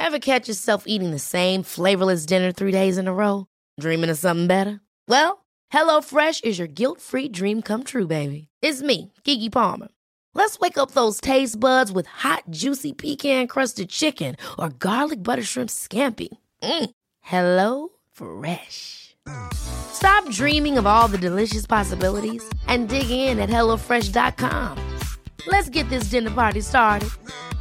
Ever catch yourself eating the same flavorless dinner 3 days in a row? Dreaming of something better? Well, HelloFresh is your guilt-free dream come true, baby. It's me, Keke Palmer. Let's wake up those taste buds with hot, juicy pecan-crusted chicken or garlic butter shrimp scampi. Hello Fresh. Stop dreaming of all the delicious possibilities and dig in at HelloFresh.com. Let's get this dinner party started.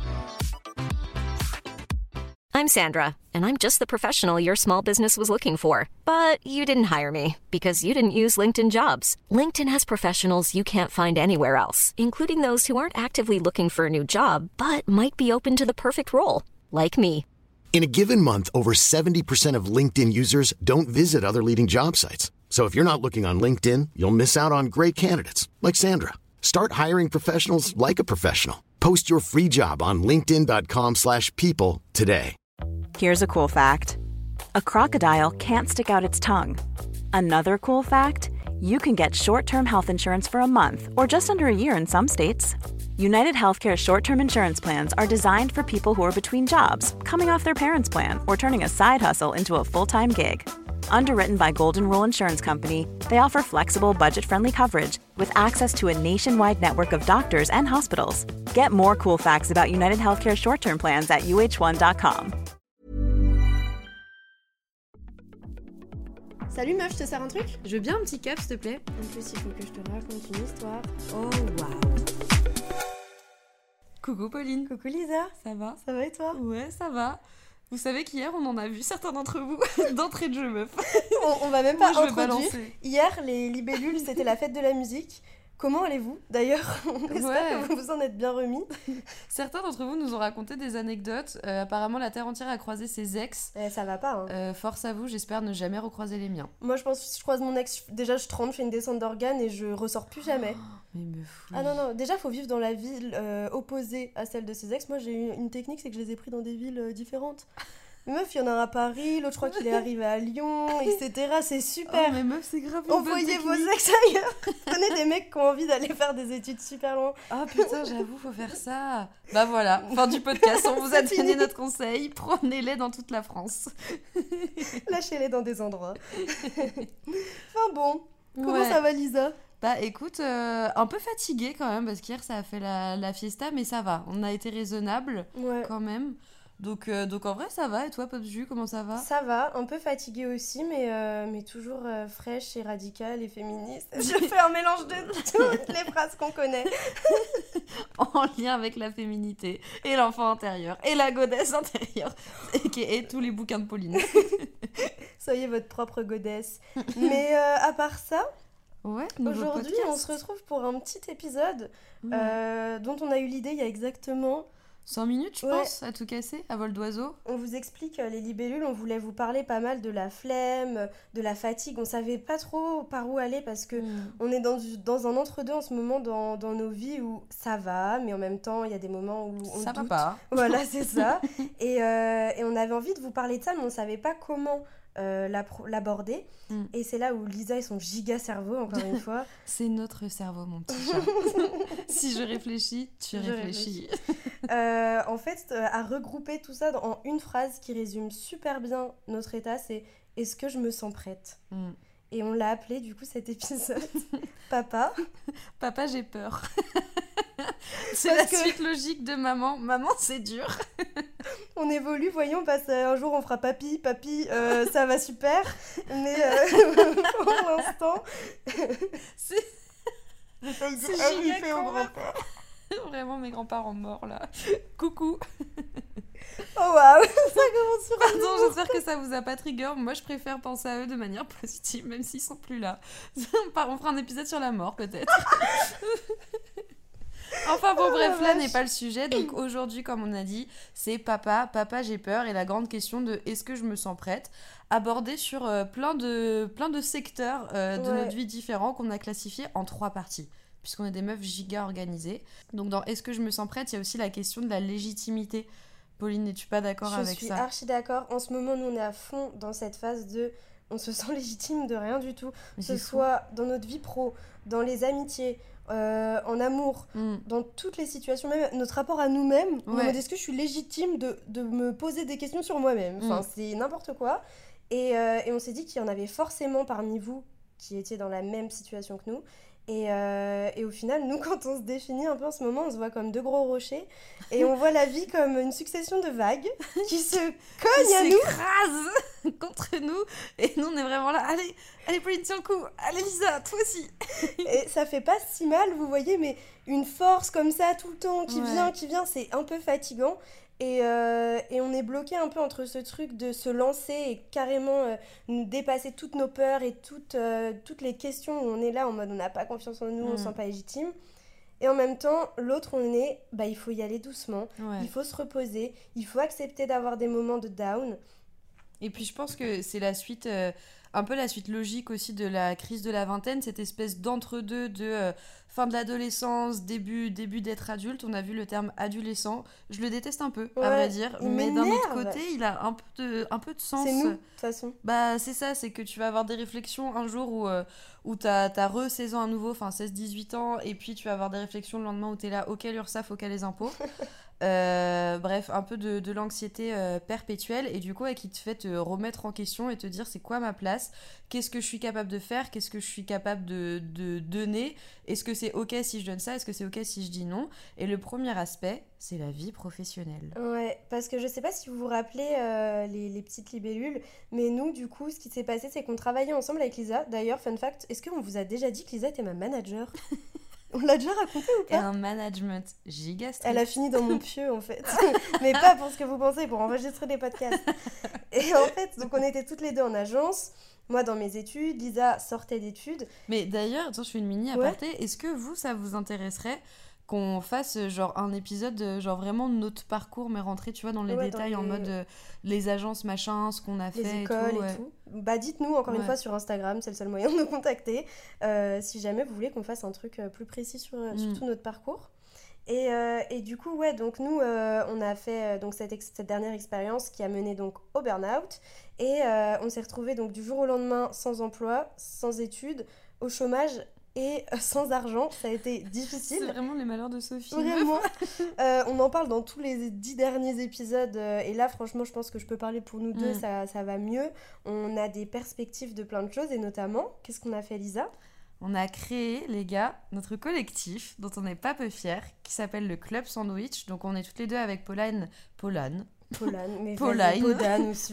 I'm Sandra, and I'm just the professional your small business was looking for. But you didn't hire me because you didn't use LinkedIn Jobs. LinkedIn has professionals you can't find anywhere else, including those who aren't actively looking for a new job, but might be open to the perfect role, like me. In a given month, over 70% of LinkedIn users don't visit other leading job sites. So if you're not looking on LinkedIn, you'll miss out on great candidates like Sandra. Start hiring professionals like a professional. Post your free job on linkedin.com/people today. Here's a cool fact. A crocodile can't stick out its tongue. Another cool fact, you can get short-term health insurance for a month or just under a year in some states. United Healthcare short-term insurance plans are designed for people who are between jobs, coming off their parents' plan, or turning a side hustle into a full-time gig. Underwritten by Golden Rule Insurance Company, they offer flexible, budget-friendly coverage with access to a nationwide network of doctors and hospitals. Get more cool facts about United Healthcare short-term plans at uh1.com. Salut meuf, je te sers un truc? Je veux bien un petit cap, s'il te plaît. En plus, il faut que je te raconte une histoire. Oh, waouh. Coucou Pauline. Coucou Lisa. Ça va? Ça va et toi? Ouais, ça va. Vous savez qu'hier, on en a vu certains d'entre vous d'entrée de jeu, meuf. On va même pas Moi, introduire. Hier, les libellules, c'était la fête de la musique. Comment allez-vous d'ailleurs? On espère que vous vous en êtes bien remis. Certains d'entre vous nous ont raconté des anecdotes. Apparemment, la terre entière a croisé ses ex. Ça va pas. Hein. Force à vous, j'espère ne jamais recroiser les miens. Moi, je pense que si je croise mon ex, déjà je tremble, je fais une descente d'organes et je ressors plus jamais. Mais meuf. Ah non, déjà, faut vivre dans la ville opposée à celle de ses ex. Moi, j'ai une technique, c'est que je les ai pris dans des villes différentes. Meuf, il y en a un à Paris, l'autre je crois qu'il est arrivé à Lyon, etc. C'est super. Oh mais meuf, c'est grave. Envoyez vos ex ailleurs. Prenez des mecs qui ont envie d'aller faire des études super loin. Ah putain, j'avoue, faut faire ça. Bah voilà, fin du podcast, on vous a donné notre conseil. Prenez-les dans toute la France. Lâchez-les dans des endroits. Enfin bon, comment ça va Lisa? Bah écoute, un peu fatiguée quand même, parce qu'hier ça a fait la fiesta, mais ça va. On a été raisonnable quand même. Donc en vrai ça va. Et toi Popju, comment ça va? Ça va, un peu fatiguée aussi, mais toujours fraîche et radicale et féministe. Je fais un mélange de toutes les phrases qu'on connaît. En lien avec la féminité et l'enfant intérieur et la godesse intérieure et tous les bouquins de Pauline. Soyez votre propre godesse. Mais à part ça, aujourd'hui on se retrouve pour un petit épisode dont on a eu l'idée il y a exactement 100 minutes, je pense, à tout casser, à vol d'oiseau. On vous explique les libellules, on voulait vous parler pas mal de la flemme, de la fatigue. On savait pas trop par où aller parce que on est dans un entre-deux en ce moment dans nos vies où ça va, mais en même temps, il y a des moments où on ça doute. va pas. Voilà, c'est ça. Et on avait envie de vous parler de ça, mais on savait pas comment l'aborder. Et c'est là où Lisa et son giga cerveau, encore une fois. C'est notre cerveau, mon petit chat. Si je réfléchis, tu réfléchis. En fait, à regrouper tout ça en une phrase qui résume super bien notre état, c'est « Est-ce que je me sens prête ?» Et on l'a appelé, du coup, cet épisode « Papa ». Papa, j'ai peur. C'est la suite logique de maman. Maman, c'est dur. On évolue, voyons, un jour on fera papy, ça va super. Mais pour l'instant, j'ai failli dire au grand-père. Vraiment, mes grands-parents morts, là. Coucou. Oh waouh, ça commence sur un Pardon, j'espère que ça vous a pas trigger. Moi, je préfère penser à eux de manière positive, même s'ils sont plus là. On fera un épisode sur la mort, peut-être. Enfin bon, bref, là n'est pas le sujet. Donc aujourd'hui, comme on a dit, c'est papa, j'ai peur. Et la grande question de est-ce que je me sens prête, abordée sur plein de secteurs de notre vie différents qu'on a classifiés en 3 parties. Puisqu'on est des meufs giga organisées. Donc dans est-ce que je me sens prête, il y a aussi la question de la légitimité. Pauline, n'es-tu pas d'accord avec ça? Je suis archi d'accord. En ce moment, nous, on est à fond dans cette phase de on se sent légitime de rien du tout. Que ce soit dans notre vie pro, dans les amitiés, en amour, dans toutes les situations, même notre rapport à nous-mêmes. Est-ce que je suis légitime de me poser des questions sur moi-même ? Enfin, c'est n'importe quoi. Et on s'est dit qu'il y en avait forcément parmi vous qui étiez dans la même situation que nous. Et au final, nous, quand on se définit un peu en ce moment, on se voit comme deux gros rochers et on voit la vie comme une succession de vagues qui se cognent à nous. Qui s'écrasent contre nous. Et nous, on est vraiment là. Allez, Pauline, tiens le coup. Allez, Lisa, toi aussi. Et ça fait pas si mal, vous voyez, mais une force comme ça tout le temps qui vient, c'est un peu fatigant. Et on est bloqué un peu entre ce truc de se lancer et carrément nous dépasser toutes nos peurs et toutes les questions où on est là en mode on n'a pas confiance en nous, on se sent pas légitime. Et en même temps, l'autre, on est, il faut y aller doucement, il faut se reposer, il faut accepter d'avoir des moments de down. Et puis je pense que c'est la suite, un peu la suite logique aussi de la crise de la vingtaine, cette espèce d'entre-deux de fin de l'adolescence, début d'être adulte. On a vu le terme adolescent, je le déteste un peu, à vrai dire, mais d'un autre côté, il a un peu de sens. C'est nous, de toute façon. C'est ça, c'est que tu vas avoir des réflexions un jour où t'as 16 ans à nouveau, enfin 16-18 ans, et puis tu vas avoir des réflexions le lendemain où t'es là, ok l'URSSAF, ok les impôts. Bref, un peu de l'anxiété perpétuelle, et du coup qui te fait te remettre en question et te dire c'est quoi ma place, qu'est-ce que je suis capable de faire, qu'est-ce que je suis capable de donner, est-ce que c'est ok si je donne ça, est-ce que c'est ok si je dis non. Et le premier aspect, c'est la vie professionnelle. Ouais, parce que je sais pas si vous vous rappelez les petites libellules, mais nous du coup ce qui s'est passé c'est qu'on travaillait ensemble avec Lisa. D'ailleurs, fun fact, est-ce qu'on vous a déjà dit que Lisa était ma manager? On l'a déjà raconté ou pas? Et un management giga strict. Elle a fini dans mon pieu en fait. Mais pas pour ce que vous pensez, pour enregistrer des podcasts. Et en fait, donc on était toutes les deux en agence. Moi dans mes études, Lisa sortait d'études. Mais d'ailleurs, attends, je fais une mini aparté. Est-ce que vous, ça vous intéresserait qu'on fasse genre un épisode genre vraiment notre parcours, mais rentrer, tu vois, dans les détails en mode les agences, machin, ce qu'on a fait, les écoles et tout. Bah dites-nous encore une fois sur Instagram, c'est le seul moyen de nous contacter, si jamais vous voulez qu'on fasse un truc plus précis sur tout notre parcours. Et du coup, donc nous, on a fait donc cette dernière expérience qui a mené donc au burn-out, et on s'est retrouvés donc du jour au lendemain sans emploi, sans études, au chômage et sans argent. Ça a été difficile. C'est vraiment les malheurs de Sophie. Vraiment. On en parle dans tous les 10 derniers épisodes, et là franchement je pense que je peux parler pour nous deux, ça va mieux. On a des perspectives de plein de choses, et notamment, qu'est-ce qu'on a fait, Lisa ? On a créé, les gars, notre collectif, dont on n'est pas peu fiers, qui s'appelle le Club Sandwich. Donc on est toutes les deux avec Pauline, mais Pauline. Podane aussi.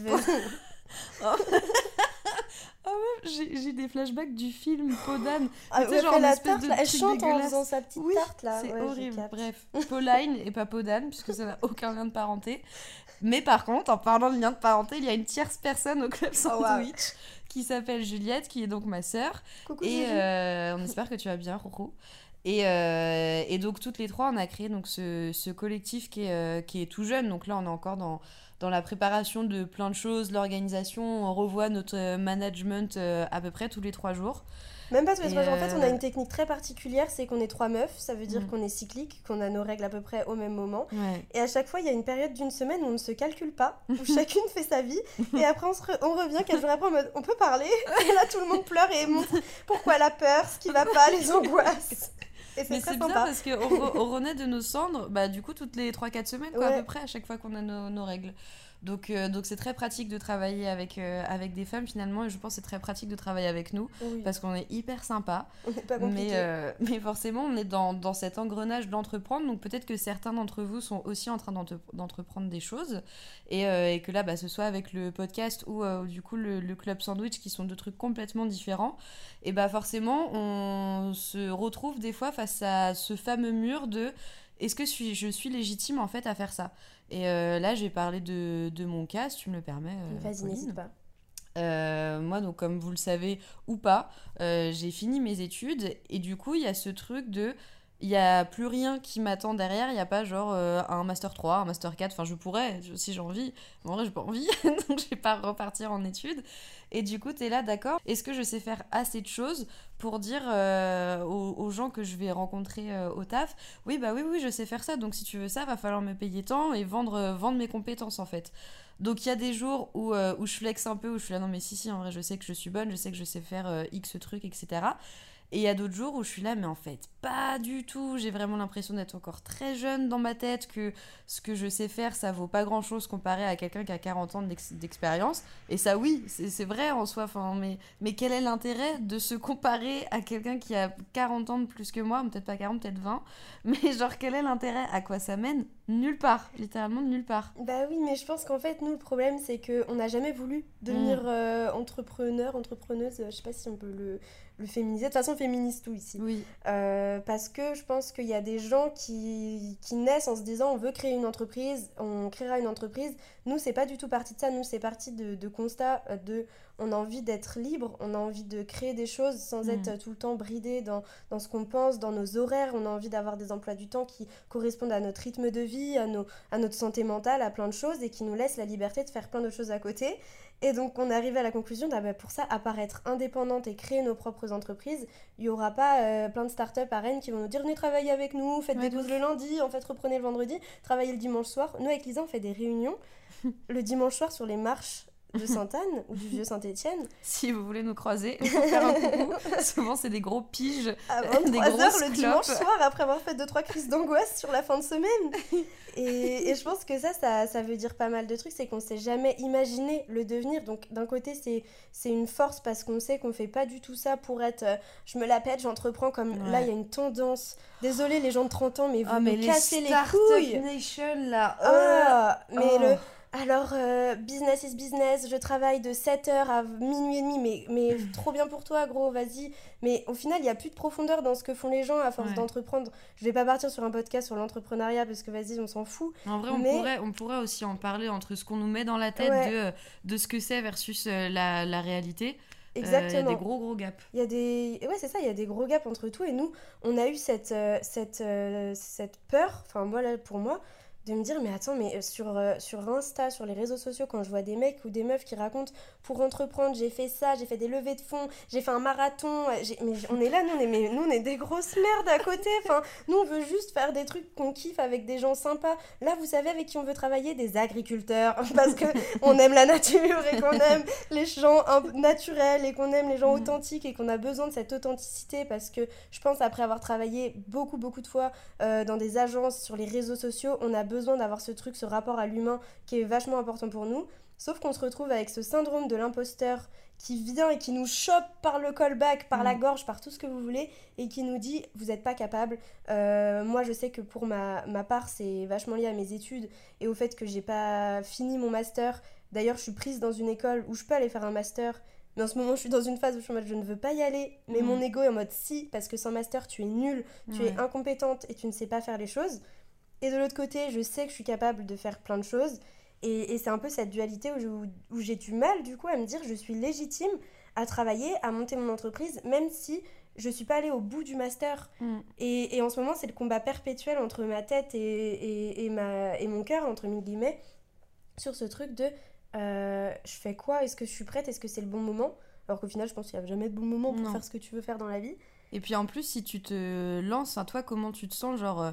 J'ai des flashbacks du film Podane. Genre la tarte, elle chante en faisant sa petite tarte là. C'est horrible. Bref, Pauline et pas Podane, puisque ça n'a aucun lien de parenté. Mais par contre, en parlant de lien de parenté, il y a une tierce personne au Club Sandwich qui s'appelle Juliette, qui est donc ma sœur. Coucou, et on espère que tu vas bien, Rourou. Et donc toutes les trois, on a créé donc ce collectif qui est tout jeune. Donc là, on est encore dans la préparation de plein de choses, l'organisation. On revoit notre management à peu près tous les 3 jours. Même pas tous les 3 jours. En fait, on a une technique très particulière, c'est qu'on est 3 meufs. Ça veut dire qu'on est cyclique, qu'on a nos règles à peu près au même moment. Ouais. Et à chaque fois, il y a une période d'une semaine où on ne se calcule pas, où chacune fait sa vie. Et après, on revient 4 jours après en mode on peut parler. Et là, tout le monde pleure et montre pourquoi la peur, ce qui va pas, les angoisses. Mais c'est bien parce qu'on renaît de nos cendres, du coup, toutes les 3-4 semaines, à peu près, à chaque fois qu'on a nos règles. Donc c'est très pratique de travailler avec des femmes finalement, et je pense que c'est très pratique de travailler avec nous, parce qu'on est hyper sympa. On n'est pas compliqué. Mais forcément, on est dans cet engrenage d'entreprendre, donc peut-être que certains d'entre vous sont aussi en train d'entreprendre des choses, et que là, ce soit avec le podcast ou du coup le Club Sandwich, qui sont 2 trucs complètement différents, et forcément, on se retrouve des fois face à ce fameux mur de est-ce que je suis légitime en fait à faire ça. Et là, je vais parler de mon cas, si tu me le permets. Vas-y, Pauline. n'hésite pas. Moi, donc, comme vous le savez ou pas, j'ai fini mes études, et du coup, il y a ce truc de il n'y a plus rien qui m'attend derrière, il n'y a pas genre un Master 3, un Master 4, enfin je pourrais si j'ai envie, mais en vrai j'ai pas envie, donc je vais pas repartir en études. Et du coup t'es là, d'accord, est-ce que je sais faire assez de choses pour dire aux gens que je vais rencontrer au taf, oui je sais faire ça, donc si tu veux ça, va falloir me payer tant et vendre mes compétences en fait. Donc il y a des jours où je flex un peu, où je suis là non mais si en vrai je sais que je suis bonne, je sais que je sais faire X trucs, etc. Et il y a d'autres jours où je suis là, mais en fait, pas du tout. J'ai vraiment l'impression d'être encore très jeune dans ma tête, que ce que je sais faire, ça vaut pas grand-chose comparé à quelqu'un qui a 40 ans d'expérience. Et ça, oui, c'est vrai en soi. Mais quel est l'intérêt de se comparer à quelqu'un qui a 40 ans de plus que moi, peut-être pas 40, peut-être 20. Mais genre, quel est l'intérêt? À quoi ça mène? Nulle part, littéralement nulle part. Bah oui, mais je pense qu'en fait, nous, le problème, c'est qu'on n'a jamais voulu devenir entrepreneur, entrepreneuse, je sais pas si on peut le féminiser. De toute façon, féminise tout ici. Oui. Parce que je pense qu'il y a des gens qui naissent en se disant on veut créer une entreprise, on créera une entreprise. Nous, c'est pas du tout parti de ça. Nous, c'est parti de constat on a envie d'être libre, on a envie de créer des choses sans être tout le temps bridé dans ce qu'on pense, dans nos horaires. On a envie d'avoir des emplois du temps qui correspondent à notre rythme de vie, à notre santé mentale, à plein de choses et qui nous laissent la liberté de faire plein d'autres choses à côté. Et donc on arrive à la conclusion pour ça, à part être indépendante et créer nos propres entreprises, il n'y aura pas plein de startups à Rennes qui vont nous dire venez travailler avec nous, faites des pauses le lundi, en fait reprenez le vendredi, travaillez le dimanche soir. Nous avec Lisa on fait des réunions le dimanche soir sur les marches de Sainte-Anne ou du vieux Saint-Étienne. Si vous voulez nous croiser, faire un coucou. Souvent c'est des gros piges, à des 23h grosses le clopes. dimanche soir après avoir fait 2-3 crises d'angoisse sur la fin de semaine. Et je pense que ça veut dire pas mal de trucs, c'est qu'on s'est jamais imaginé le devenir. Donc d'un côté c'est une force parce qu'on sait qu'on fait pas du tout ça pour être je me la pète, j'entreprends comme là il y a une tendance. Désolée les gens de 30 ans mais vous me cassez les couilles. Startup Nation là. Alors, business is business, je travaille de 7h à minuit et demi, mais trop bien pour toi, gros, vas-y. Mais au final, il n'y a plus de profondeur dans ce que font les gens à force d'entreprendre. Je vais pas partir sur un podcast sur l'entrepreneuriat parce que vas-y, on s'en fout. En vrai, on pourrait aussi en parler entre ce qu'on nous met dans la tête de ce que c'est versus la réalité. Exactement. Il y a des gros gaps. Ouais, c'est ça, il y a des gros gaps entre tout. Et nous, on a eu cette peur, enfin, moi, là, pour moi, de me dire mais attends mais sur Insta, sur les réseaux sociaux quand je vois des mecs ou des meufs qui racontent pour entreprendre j'ai fait ça, j'ai fait des levées de fonds, j'ai fait un marathon, mais on est là, nous on est des grosses merdes à côté, enfin nous on veut juste faire des trucs qu'on kiffe avec des gens sympas. Là vous savez avec qui on veut travailler? Des agriculteurs parce que on aime la nature et qu'on aime les gens naturels et qu'on aime les gens authentiques et qu'on a besoin de cette authenticité parce que je pense après avoir travaillé beaucoup de fois dans des agences, sur les réseaux sociaux, on a besoin d'avoir ce truc, ce rapport à l'humain qui est vachement important pour nous. Sauf qu'on se retrouve avec ce syndrome de l'imposteur qui vient et qui nous chope par le callback, par la gorge, par tout ce que vous voulez, et qui nous dit vous n'êtes pas capable. Moi je sais que pour ma part c'est vachement lié à mes études et au fait que j'ai pas fini mon master. D'ailleurs je suis prise dans une école où je peux aller faire un master, mais en ce moment je suis dans une phase où je suis en mode je ne veux pas y aller, mais mon ego est en mode si, parce que sans master tu es nulle, tu es incompétente et tu ne sais pas faire les choses. Et de l'autre côté, je sais que je suis capable de faire plein de choses. Et c'est un peu cette dualité où j'ai du mal, du coup, à me dire je suis légitime à travailler, à monter mon entreprise, même si je suis pas allée au bout du master. Et en ce moment, c'est le combat perpétuel entre ma tête et mon cœur, entre mille guillemets, sur ce truc de je fais quoi? Est-ce que je suis prête? Est-ce que c'est le bon moment? Alors qu'au final, je pense qu'il n'y a jamais de bon moment pour faire ce que tu veux faire dans la vie. Et puis en plus, si tu te lances, toi, comment tu te sens, genre...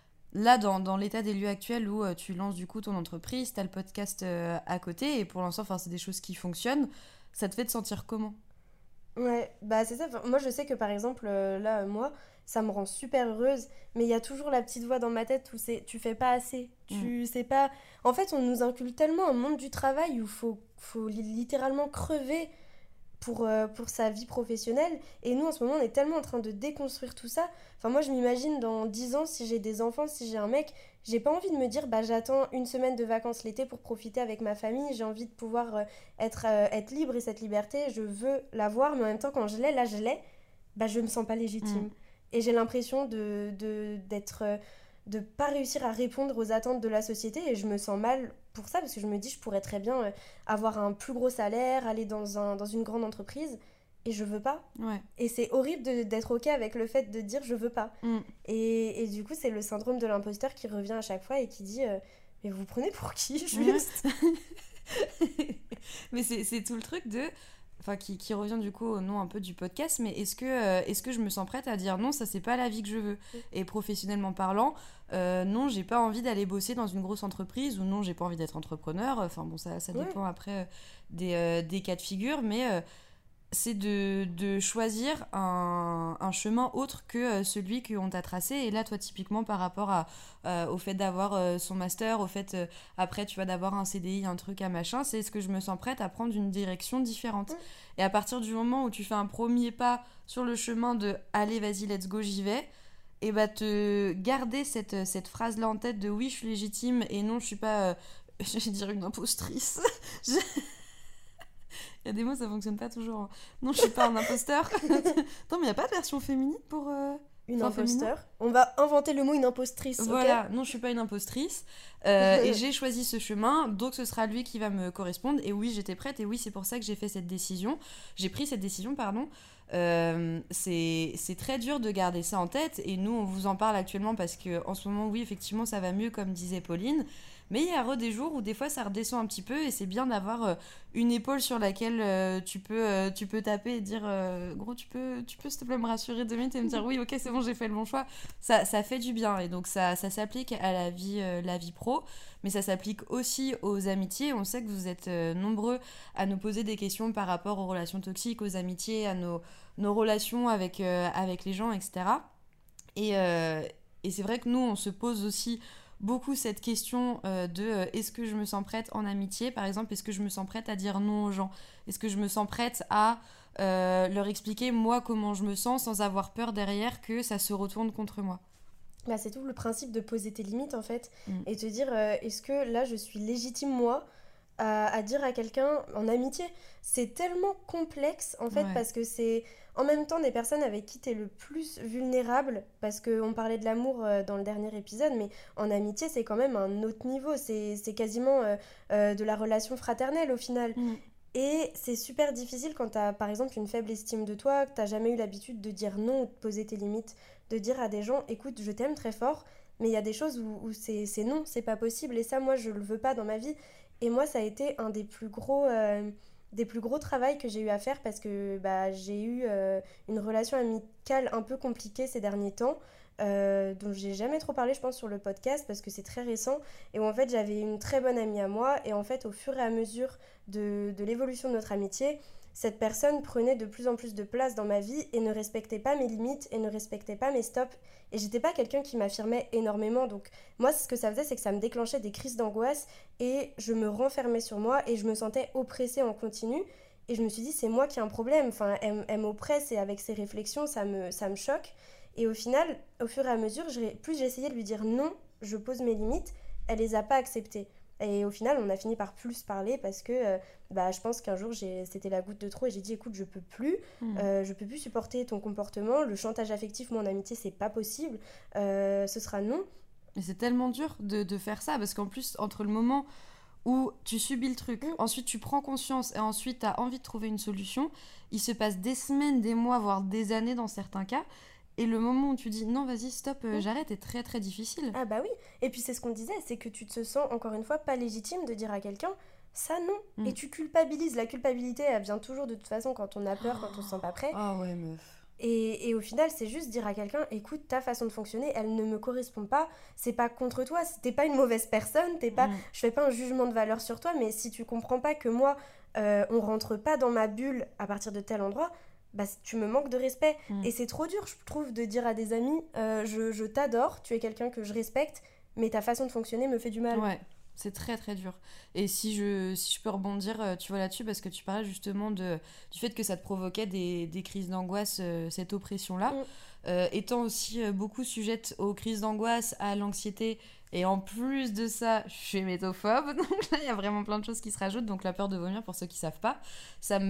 Là, dans l'état des lieux actuels où tu lances du coup ton entreprise, t'as le podcast à côté et pour l'instant, c'est des choses qui fonctionnent, ça te fait te sentir comment? Ouais, bah c'est ça. Moi, je sais que par exemple, là, moi, ça me rend super heureuse, mais il y a toujours la petite voix dans ma tête où c'est tu fais pas assez, tu sais pas. En fait, on nous inculque tellement un monde du travail où faut littéralement crever pour sa vie professionnelle. Et nous, en ce moment, on est tellement en train de déconstruire tout ça. Enfin, moi, je m'imagine dans 10 ans, si j'ai des enfants, si j'ai un mec, j'ai pas envie de me dire, j'attends une semaine de vacances l'été pour profiter avec ma famille. J'ai envie de pouvoir être libre et cette liberté, je veux l'avoir. Mais en même temps, quand je l'ai, je me sens pas légitime. Et j'ai l'impression de pas réussir à répondre aux attentes de la société et je me sens mal pour ça parce que je me dis je pourrais très bien avoir un plus gros salaire, aller dans une grande entreprise et je veux pas. Ouais. Et c'est horrible d'être ok avec le fait de dire je veux pas. Et du coup, c'est le syndrome de l'imposteur qui revient à chaque fois et qui dit mais vous prenez pour qui juste? Mais c'est tout le truc de... Enfin, qui revient du coup au nom un peu du podcast, mais est-ce que je me sens prête à dire non, ça c'est pas la vie que je veux? Et professionnellement parlant, non, j'ai pas envie d'aller bosser dans une grosse entreprise, ou non, j'ai pas envie d'être entrepreneur. Enfin bon, ça dépend après des cas de figure, mais c'est de choisir un chemin autre que celui qu'on t'a tracé. Et là, toi, typiquement, par rapport au fait d'avoir son master, au fait, après, tu vois, d'avoir un CDI, un truc, un machin, c'est ce que je me sens prête à prendre une direction différente. Et à partir du moment où tu fais un premier pas sur le chemin de « allez, vas-y, let's go, j'y vais », et bah te garder cette phrase-là en tête de « oui, je suis légitime » et « non, je suis pas, je vais dire une impostrice ». Il y a des mots, ça fonctionne pas toujours. Hein. Non, je suis pas un imposteur. Attends, mais il n'y a pas de version féminine pour... Une imposteur. On va inventer le mot une impostrice. Voilà, okay. Non, je suis pas une impostrice. Et j'ai choisi ce chemin, donc ce sera lui qui va me correspondre. Et oui, j'étais prête, et oui, c'est pour ça que j'ai fait cette décision. J'ai pris cette décision, pardon. C'est très dur de garder ça en tête, et nous, on vous en parle actuellement parce qu'en ce moment, oui, effectivement, ça va mieux, comme disait Pauline. Mais il y a des jours où des fois ça redescend un petit peu, et c'est bien d'avoir une épaule sur laquelle tu peux taper et dire gros, tu peux s'il te plaît me rassurer 2 minutes et me dire oui, ok, c'est bon, j'ai fait le bon choix. Ça fait du bien, et donc ça s'applique à la vie pro, mais ça s'applique aussi aux amitiés. On sait que vous êtes nombreux à nous poser des questions par rapport aux relations toxiques, aux amitiés, à nos relations avec les gens, etc. Et c'est vrai que nous, on se pose aussi beaucoup cette question de est-ce que je me sens prête en amitié, par exemple, est-ce que je me sens prête à dire non aux gens, est-ce que je me sens prête à leur expliquer moi comment je me sens sans avoir peur derrière que ça se retourne contre moi. Bah, c'est tout le principe de poser tes limites en fait, et te dire est-ce que là je suis légitime moi à dire à quelqu'un en amitié. C'est tellement complexe en fait, parce que c'est en même temps des personnes avec qui t'es le plus vulnérable, parce qu'on parlait de l'amour dans le dernier épisode, mais en amitié c'est quand même un autre niveau, c'est quasiment de la relation fraternelle au final. Et c'est super difficile quand t'as par exemple une faible estime de toi, que t'as jamais eu l'habitude de dire non ou de poser tes limites, de dire à des gens écoute, je t'aime très fort, mais il y a des choses où c'est non, c'est pas possible, et ça moi je le veux pas dans ma vie. Et moi ça a été un des plus gros travails que j'ai eu à faire, parce que j'ai eu une relation amicale un peu compliquée ces derniers temps, dont j'ai jamais trop parlé je pense sur le podcast parce que c'est très récent, et où en fait j'avais une très bonne amie à moi, et en fait au fur et à mesure de l'évolution de notre amitié, cette personne prenait de plus en plus de place dans ma vie et ne respectait pas mes limites et ne respectait pas mes stops, et j'étais pas quelqu'un qui m'affirmait énormément, donc moi ce que ça faisait c'est que ça me déclenchait des crises d'angoisse et je me renfermais sur moi et je me sentais oppressée en continu. Et je me suis dit c'est moi qui ai un problème, enfin elle m'oppresse, et avec ses réflexions ça me choque. Et au final, au fur et à mesure, plus j'ai essayé de lui dire non, je pose mes limites, elle les a pas acceptées. Et au final, on a fini par plus parler parce que je pense qu'un jour, c'était la goutte de trop, et j'ai dit écoute, je peux plus supporter ton comportement, le chantage affectif, moi en amitié, c'est pas possible, ce sera non. Mais c'est tellement dur de faire ça, parce qu'en plus, entre le moment où tu subis le truc, ensuite tu prends conscience, et ensuite tu as envie de trouver une solution, il se passe des semaines, des mois, voire des années dans certains cas. Et le moment où tu dis non, vas-y, stop, j'arrête, est très très difficile. Ah bah oui, et puis c'est ce qu'on disait, c'est que tu te sens encore une fois pas légitime de dire à quelqu'un ça non. Et tu culpabilises. La culpabilité, elle vient toujours de toute façon quand on a peur, quand on se sent pas prêt. Ah ouais, meuf. Et au final, c'est juste dire à quelqu'un écoute, ta façon de fonctionner, elle ne me correspond pas, c'est pas contre toi, t'es pas une mauvaise personne, je fais pas un jugement de valeur sur toi, mais si tu comprends pas que moi, on rentre pas dans ma bulle à partir de tel endroit, tu me manques de respect. Et c'est trop dur, je trouve, de dire à des amis je t'adore, tu es quelqu'un que je respecte, mais ta façon de fonctionner me fait du mal. Ouais, c'est très très dur. Et si je peux rebondir tu vois, là-dessus, parce que tu parlais justement du fait que ça te provoquait des crises d'angoisse, cette oppression-là. Étant aussi beaucoup sujette aux crises d'angoisse, à l'anxiété, Et en plus de ça, je suis hémétophobe. Donc là, il y a vraiment plein de choses qui se rajoutent. Donc la peur de vomir, pour ceux qui savent pas, ça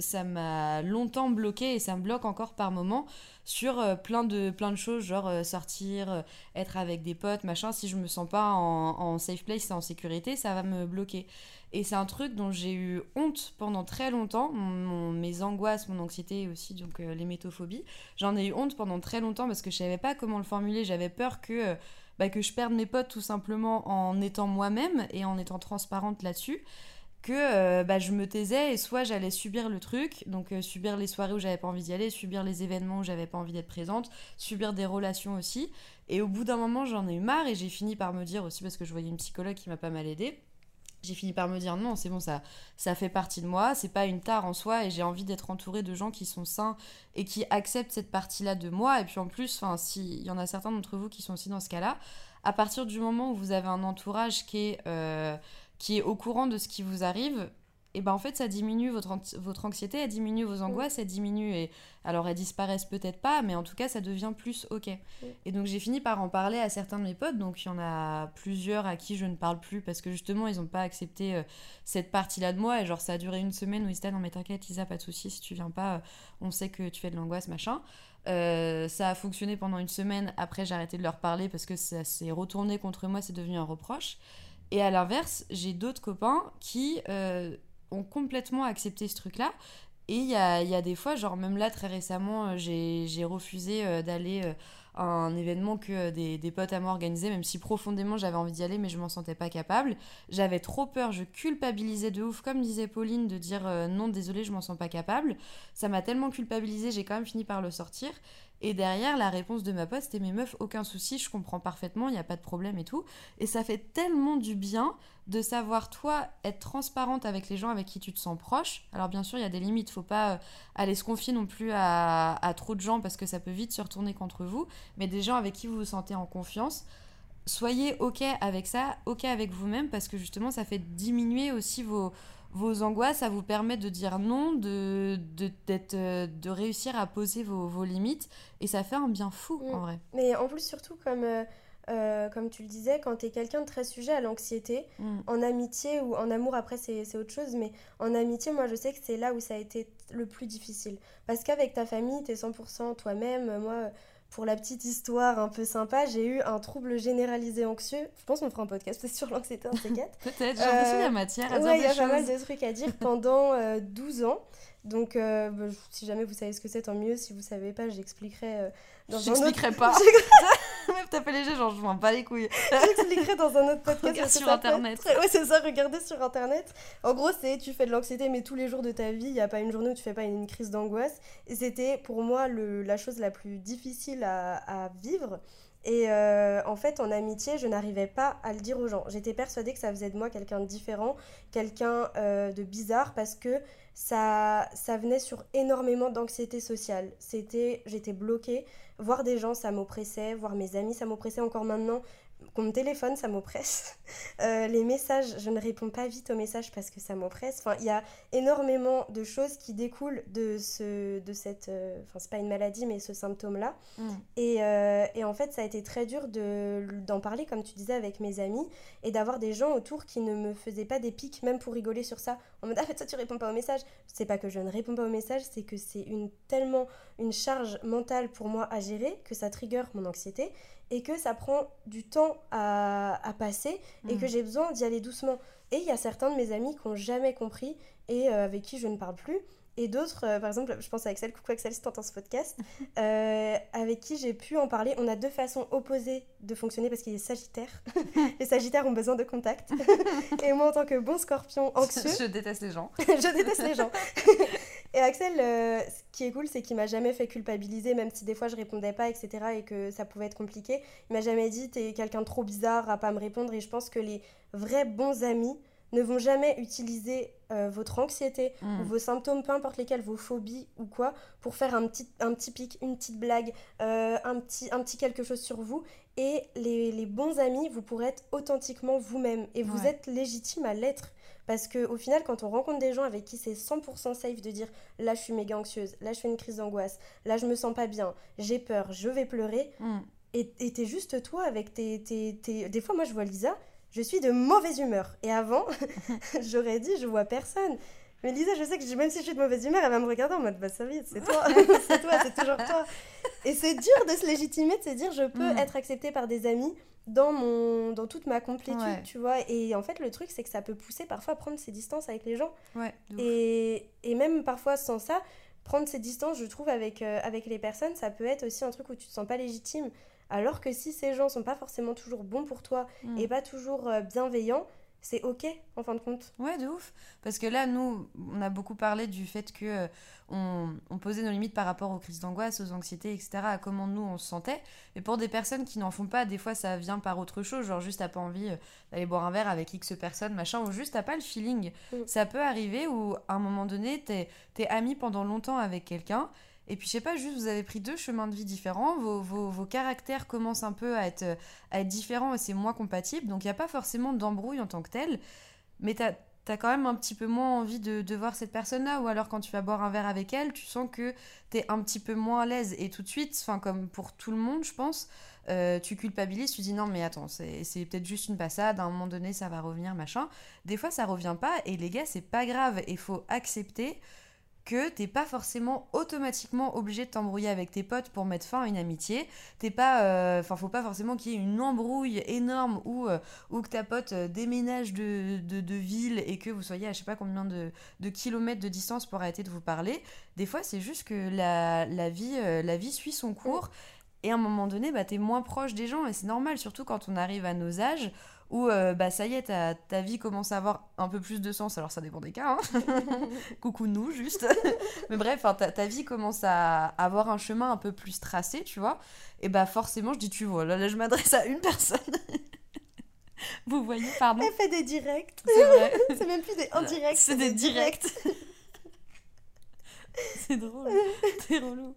m'a longtemps bloquée et ça me bloque encore par moments sur plein de choses, genre sortir, être avec des potes, machin. Si je me sens pas en safe place et en sécurité, ça va me bloquer. Et c'est un truc dont j'ai eu honte pendant très longtemps. Mes angoisses, mon anxiété aussi, donc l'hémétophobie. J'en ai eu honte pendant très longtemps parce que je savais pas comment le formuler. J'avais peur que je perde mes potes tout simplement en étant moi-même et en étant transparente là-dessus, que je me taisais et soit j'allais subir le truc, donc subir les soirées où j'avais pas envie d'y aller, subir les événements où j'avais pas envie d'être présente, subir des relations aussi. Et au bout d'un moment, j'en ai eu marre et j'ai fini par me dire aussi, parce que je voyais une psychologue qui m'a pas mal aidée, j'ai fini par me dire non, c'est bon, ça fait partie de moi, c'est pas une tare en soi et j'ai envie d'être entourée de gens qui sont sains et qui acceptent cette partie-là de moi. Et puis en plus, s'il y en a certains d'entre vous qui sont aussi dans ce cas-là, à partir du moment où vous avez un entourage qui est au courant de ce qui vous arrive, et ben en fait ça diminue votre anxiété, elle diminue vos angoisses, elle diminue, et alors elles disparaissent peut-être pas, mais en tout cas ça devient plus ok. Et donc j'ai fini par en parler à certains de mes potes, donc il y en a plusieurs à qui je ne parle plus parce que justement ils n'ont pas accepté cette partie-là de moi, et genre ça a duré une semaine où ils étaient non mais t'inquiète Isa, pas de soucis, si tu viens pas, on sait que tu fais de l'angoisse, machin. Ça a fonctionné pendant une semaine, après j'ai arrêté de leur parler parce que ça s'est retourné contre moi, c'est devenu un reproche. Et à l'inverse, j'ai d'autres copains qui ont complètement accepté ce truc-là. Et il y a des fois, genre même là très récemment, j'ai refusé d'aller à un événement que des potes à moi organisaient, même si profondément j'avais envie d'y aller, mais je m'en sentais pas capable. J'avais trop peur, je culpabilisais de ouf, comme disait Pauline, de dire non, désolée, je m'en sens pas capable. Ça m'a tellement culpabilisée, j'ai quand même fini par le sortir. Et derrière, la réponse de ma pote, c'était mais meuf, aucun souci, je comprends parfaitement, il n'y a pas de problème et tout. Et ça fait tellement du bien de savoir, toi, être transparente avec les gens avec qui tu te sens proche. Alors bien sûr, il y a des limites, faut pas aller se confier non plus à trop de gens parce que ça peut vite se retourner contre vous, mais des gens avec qui vous vous sentez en confiance. Soyez ok avec ça, ok avec vous-même, parce que justement, ça fait diminuer aussi vos angoisses, ça vous permet de dire non, de réussir à poser vos limites, et ça fait un bien fou en vrai. Mais en plus, surtout comme tu le disais, quand t'es quelqu'un de très sujet à l'anxiété, en amitié ou en amour, après c'est autre chose, mais en amitié, moi je sais que c'est là où ça a été le plus difficile. Parce qu'avec ta famille, t'es 100% toi-même. Moi, pour la petite histoire un peu sympa, j'ai eu un trouble généralisé anxieux. Je pense qu'on fera un podcast sur l'anxiété, un de ces quatre. Peut-être, j'ai l'impression qu'il y a matière à dire des choses. Ouais, il y a pas mal de trucs à dire pendant 12 ans. Donc, si jamais vous savez ce que c'est, tant mieux. Si vous savez pas, j'expliquerai J'expliquerai pas. Même taper les jeux, genre je m'en bats les couilles. J'expliquerai dans un autre podcast. Regarde sur internet. Ouais, c'est ça, regardez sur internet. En gros, tu fais de l'anxiété, mais tous les jours de ta vie, il n'y a pas une journée où tu fais pas une crise d'angoisse. Et c'était pour moi la chose la plus difficile à vivre. Et en fait, en amitié, je n'arrivais pas à le dire aux gens. J'étais persuadée que ça faisait de moi quelqu'un de différent, quelqu'un de bizarre, parce que ça venait sur énormément d'anxiété sociale. J'étais bloquée. Voir des gens, ça m'oppressait. Voir mes amis, ça m'oppressait encore maintenant. Qu'on me téléphone, ça m'oppresse. Les messages, je ne réponds pas vite aux messages parce que ça m'oppresse. Enfin, il y a énormément de choses qui découlent de cette... Enfin, c'est pas une maladie, mais ce symptôme-là. Et en fait, ça a été très dur d'en parler, comme tu disais, avec mes amis, et d'avoir des gens autour qui ne me faisaient pas des pics, même pour rigoler sur ça. En mode, ah, mais toi, tu réponds pas aux messages. C'est pas que je ne réponds pas aux messages, c'est que c'est tellement une charge mentale pour moi à gérer que ça trigger mon anxiété, et que ça prend du temps à passer, et que j'ai besoin d'y aller doucement. Et il y a certains de mes amis qui n'ont jamais compris, et avec qui je ne parle plus. Et d'autres, par exemple, je pense à Axel, coucou Axel si t'entends ce podcast, avec qui j'ai pu en parler. On a deux façons opposées de fonctionner parce qu'il est sagittaire. Les sagittaires ont besoin de contact. Et moi, en tant que bon scorpion anxieux... Je déteste les gens. Je déteste les gens. Et Axel, ce qui est cool, c'est qu'il m'a jamais fait culpabiliser, même si des fois je répondais pas, etc. et que ça pouvait être compliqué. Il m'a jamais dit, t'es quelqu'un de trop bizarre à pas me répondre. Et je pense que les vrais bons amis ne vont jamais utiliser votre anxiété ou vos symptômes, peu importe lesquels, vos phobies ou quoi, pour faire un petit pic, une petite blague, un petit quelque chose sur vous. Et les bons amis, vous pourrez être authentiquement vous-même. Et vous êtes légitime à l'être. Parce qu'au final, quand on rencontre des gens avec qui c'est 100% safe de dire « Là, je suis méga anxieuse, là, je fais une crise d'angoisse, là, je me sens pas bien, j'ai peur, je vais pleurer », et t'es juste toi avec Des fois, moi, je vois Lisa, je suis de mauvaise humeur. Et avant, j'aurais dit, je vois personne. Mais Lisa, je sais que même si je suis de mauvaise humeur, elle va me regarder en mode, bah ça vite, c'est toi, c'est toi, c'est toujours toi. Et c'est dur de se légitimer, de se dire, je peux être acceptée par des amis dans toute ma complétude, tu vois. Et en fait, le truc, c'est que ça peut pousser parfois à prendre ses distances avec les gens. Et même parfois, sans ça, prendre ses distances, je trouve, avec les personnes, ça peut être aussi un truc où tu te sens pas légitime. Alors que si ces gens sont pas forcément toujours bons pour toi et pas toujours bienveillants, c'est ok en fin de compte. Ouais, de ouf. Parce que là, nous, on a beaucoup parlé du fait que on posait nos limites par rapport aux crises d'angoisse, aux anxiétés, etc., à comment nous on se sentait. Et pour des personnes qui n'en font pas, des fois ça vient par autre chose, genre juste t'as pas envie d'aller boire un verre avec X personne, machin, ou juste t'as pas le feeling. Ça peut arriver où à un moment donné, t'es ami pendant longtemps avec quelqu'un. Et puis, je sais pas, juste vous avez pris 2 chemins de vie différents, vos caractères commencent un peu à être différents et c'est moins compatible. Donc, il n'y a pas forcément d'embrouille en tant que telle, mais t'as quand même un petit peu moins envie de voir cette personne-là. Ou alors, quand tu vas boire un verre avec elle, tu sens que t'es un petit peu moins à l'aise. Et tout de suite, comme pour tout le monde, je pense, tu culpabilises, tu dis non, mais attends, c'est peut-être juste une passade, à un moment donné, ça va revenir, machin. Des fois, ça revient pas et les gars, c'est pas grave. Il faut accepter que t'es pas forcément automatiquement obligé de t'embrouiller avec tes potes pour mettre fin à une amitié. T'es pas... faut pas forcément qu'il y ait une embrouille énorme ou que ta pote déménage de ville et que vous soyez à je sais pas combien de kilomètres de distance pour arrêter de vous parler. Des fois, c'est juste que la vie suit son cours et à un moment donné, t'es moins proche des gens et c'est normal, surtout quand on arrive à nos âges où ça y est, ta vie commence à avoir un peu plus de sens, alors ça dépend des cas, hein. Coucou nous, juste. Mais bref, ta vie commence à avoir un chemin un peu plus tracé, tu vois, et forcément, je dis tu vois, là je m'adresse à une personne. Vous voyez, pardon. Elle fait des directs. C'est vrai. C'est même plus des indirects. C'est des directs. C'est drôle, t'es relou.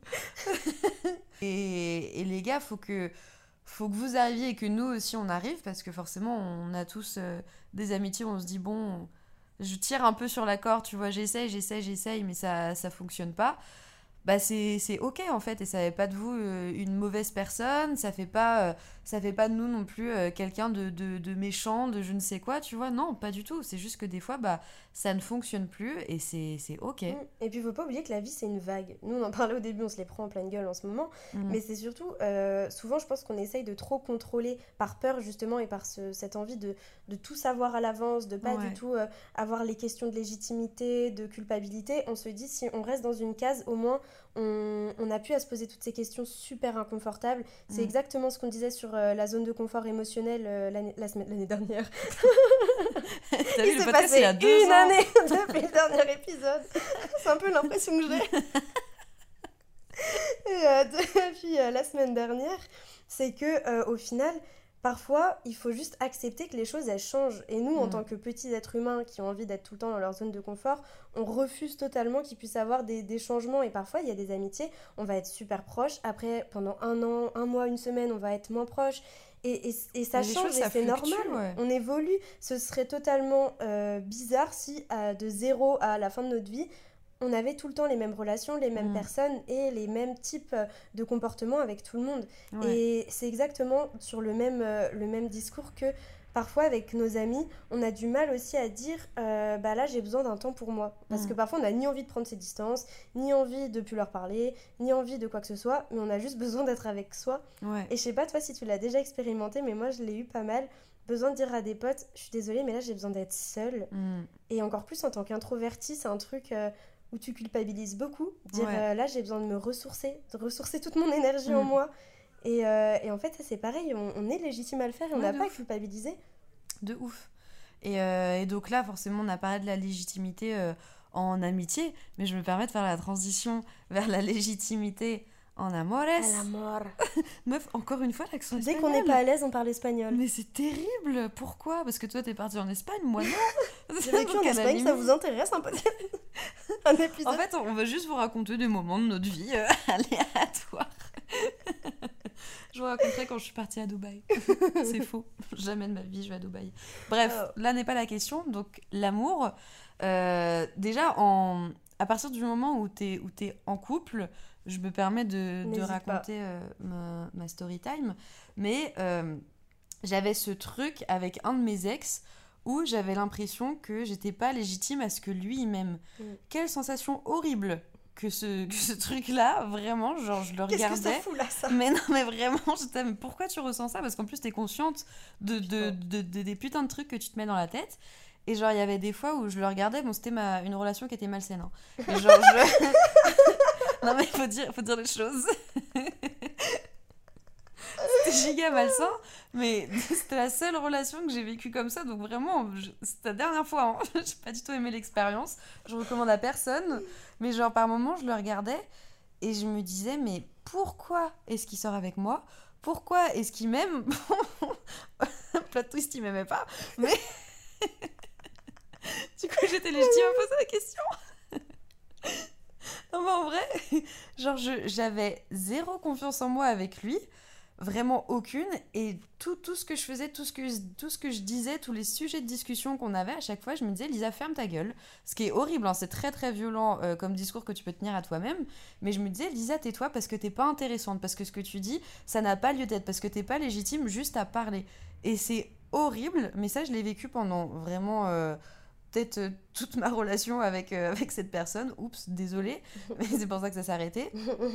Et les gars, faut que vous arriviez et que nous aussi on arrive, parce que forcément on a tous des amitiés où on se dit bon, je tire un peu sur la corde, tu vois, j'essaye mais ça fonctionne pas. C'est ok en fait, et ça fait pas de vous une mauvaise personne, ça fait pas de nous non plus quelqu'un de méchant, de je ne sais quoi, tu vois, non, pas du tout, c'est juste que des fois ça ne fonctionne plus et c'est ok. Et puis faut pas oublier que la vie c'est une vague. Nous on en parlait au début, on se les prend en pleine gueule en ce moment, mais c'est surtout, souvent je pense qu'on essaye de trop contrôler par peur justement et par cette envie de tout savoir à l'avance, de pas du tout avoir les questions de légitimité, de culpabilité. On se dit si on reste dans une case, au moins on a pu à se poser toutes ces questions super inconfortables. C'est exactement ce qu'on disait sur la zone de confort émotionnel l'année dernière. T'as vu, il s'est passé une année depuis le dernier épisode. C'est un peu l'impression que j'ai. Et depuis la semaine dernière, c'est que au final, parfois, il faut juste accepter que les choses, elles changent. Et nous, en tant que petits êtres humains qui ont envie d'être tout le temps dans leur zone de confort, on refuse totalement qu'il puisse y avoir des changements. Et parfois, il y a des amitiés, on va être super proches. Après, pendant 1 an, 1 mois, 1 semaine, on va être moins proches. Et ça change et c'est normal. On évolue. Ce serait totalement bizarre si, de 0 à la fin de notre vie, on avait tout le temps les mêmes relations, les mêmes personnes et les mêmes types de comportements avec tout le monde. Et c'est exactement sur le même discours que parfois avec nos amis, on a du mal aussi à dire là j'ai besoin d'un temps pour moi. Parce que parfois on n'a ni envie de prendre ses distances, ni envie de plus leur parler, ni envie de quoi que ce soit, mais on a juste besoin d'être avec soi. Et je sais pas toi si tu l'as déjà expérimenté, mais moi je l'ai eu pas mal. Besoin de dire à des potes, je suis désolée mais là j'ai besoin d'être seule. Et encore plus en tant qu'introvertie, c'est un truc... où tu culpabilises beaucoup, dire là j'ai besoin de me ressourcer, de ressourcer toute mon énergie en moi. Et en fait ça c'est pareil, on est légitime à le faire et on n'a pas à culpabiliser. De ouf. Et donc là forcément on a parlé de la légitimité en amitié, mais je me permets de faire la transition vers la légitimité en amores. Amor. Meuf, encore une fois l'accent espagnol. Dès qu'on n'est pas à l'aise on parle espagnol. Mais c'est terrible, pourquoi ? Parce que toi t'es partie en Espagne, moi non. J'ai vécu en Espagne, ça vous intéresse un peu un épisode. En fait on va juste vous raconter des moments de notre vie aléatoires. Je vous raconterai quand je suis partie à Dubaï. C'est faux, jamais de ma vie je vais à Dubaï. Bref, là n'est pas la question. Donc l'amour, déjà à partir du moment où t'es en couple, je me permets de raconter ma story time, mais j'avais ce truc avec un de mes ex où j'avais l'impression que j'étais pas légitime à ce que lui il m'aime. Quelle sensation horrible que ce truc-là, vraiment, genre je le regardais. Qu'est-ce que ça fout là, ça ? Mais non, mais vraiment, mais pourquoi tu ressens ça ? Parce qu'en plus t'es consciente des putains de trucs que tu te mets dans la tête. Et genre il y avait des fois où je le regardais, bon c'était une relation qui était malsaine. Hein. Et genre non mais faut dire les choses. C'était giga malsain, mais c'était la seule relation que j'ai vécue comme ça, donc vraiment, c'était la dernière fois, hein. J'ai pas du tout aimé l'expérience, je recommande à personne, mais genre par moments je le regardais et je me disais, mais pourquoi est-ce qu'il sort avec moi ? Pourquoi est-ce qu'il m'aime ? Plot twist, il m'aimait pas, mais du coup j'étais légitime à poser la question. Non mais en vrai, genre j'avais zéro confiance en moi avec lui, vraiment aucune, et tout ce que je faisais, tout ce que je disais, tous les sujets de discussion qu'on avait, à chaque fois je me disais Lisa ferme ta gueule, ce qui est horrible, hein, c'est très très violent comme discours que tu peux tenir à toi-même, mais je me disais Lisa tais-toi parce que t'es pas intéressante, parce que ce que tu dis ça n'a pas lieu d'être, parce que t'es pas légitime juste à parler, et c'est horrible, mais ça je l'ai vécu pendant vraiment peut-être toute ma relation avec cette personne. Oups, désolée, mais c'est pour ça que ça s'est arrêté.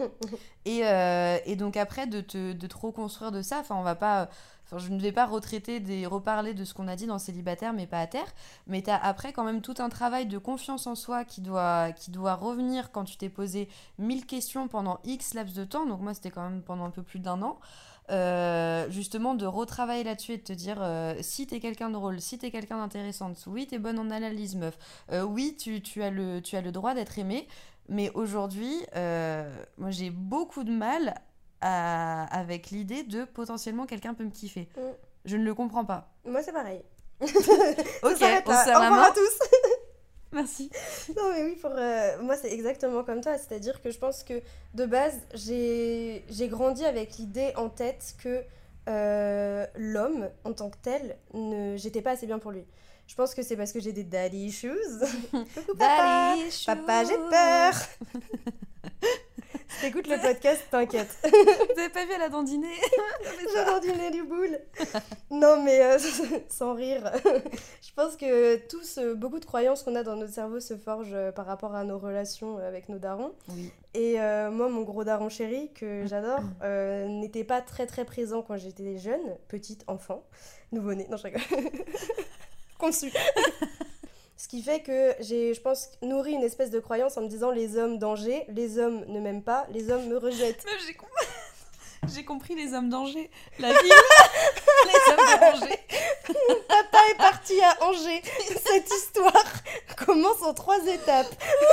Et donc après, de te reconstruire de ça, on va pas... je ne vais pas reparler de ce qu'on a dit dans Célibataire, mais pas à terre. Mais t'as après quand même tout un travail de confiance en soi qui doit revenir quand tu t'es posé 1000 questions pendant X laps de temps. Donc moi, c'était quand même pendant un peu plus d'1 an. Justement de retravailler là-dessus et de te dire si t'es quelqu'un de drôle, si t'es quelqu'un d'intéressante, oui t'es bonne en analyse meuf, oui tu as le droit d'être aimée, mais aujourd'hui moi j'ai beaucoup de mal avec l'idée de potentiellement quelqu'un peut me kiffer. Je ne le comprends pas. Moi c'est pareil. Ok, on se serre la main. Au revoir à tous. Merci. Non mais oui, moi c'est exactement comme toi, c'est-à-dire que je pense que de base j'ai grandi avec l'idée en tête que l'homme en tant que tel, j'étais pas assez bien pour lui. Je pense que c'est parce que j'ai des daddy issues. Coucou papa, papa j'ai peur. Si t'écoutes le podcast, t'inquiète. Vous avez pas vu, elle a dandiné. J'ai dandiné du boule. Non mais sans rire. Je pense que beaucoup de croyances qu'on a dans notre cerveau se forgent par rapport à nos relations avec nos darons. Oui. Et moi, mon gros daron chéri, que j'adore, n'était pas très très présent quand j'étais jeune, petite, enfant, nouveau-né. Non, je rigole. Conçu. Ce qui fait que j'ai, je pense, nourri une espèce de croyance en me disant les hommes danger, les hommes ne m'aiment pas, les hommes me rejettent. J'ai compris les hommes danger. La ville, les hommes de Angers. Papa est parti à Angers. Cette histoire commence en 3 étapes.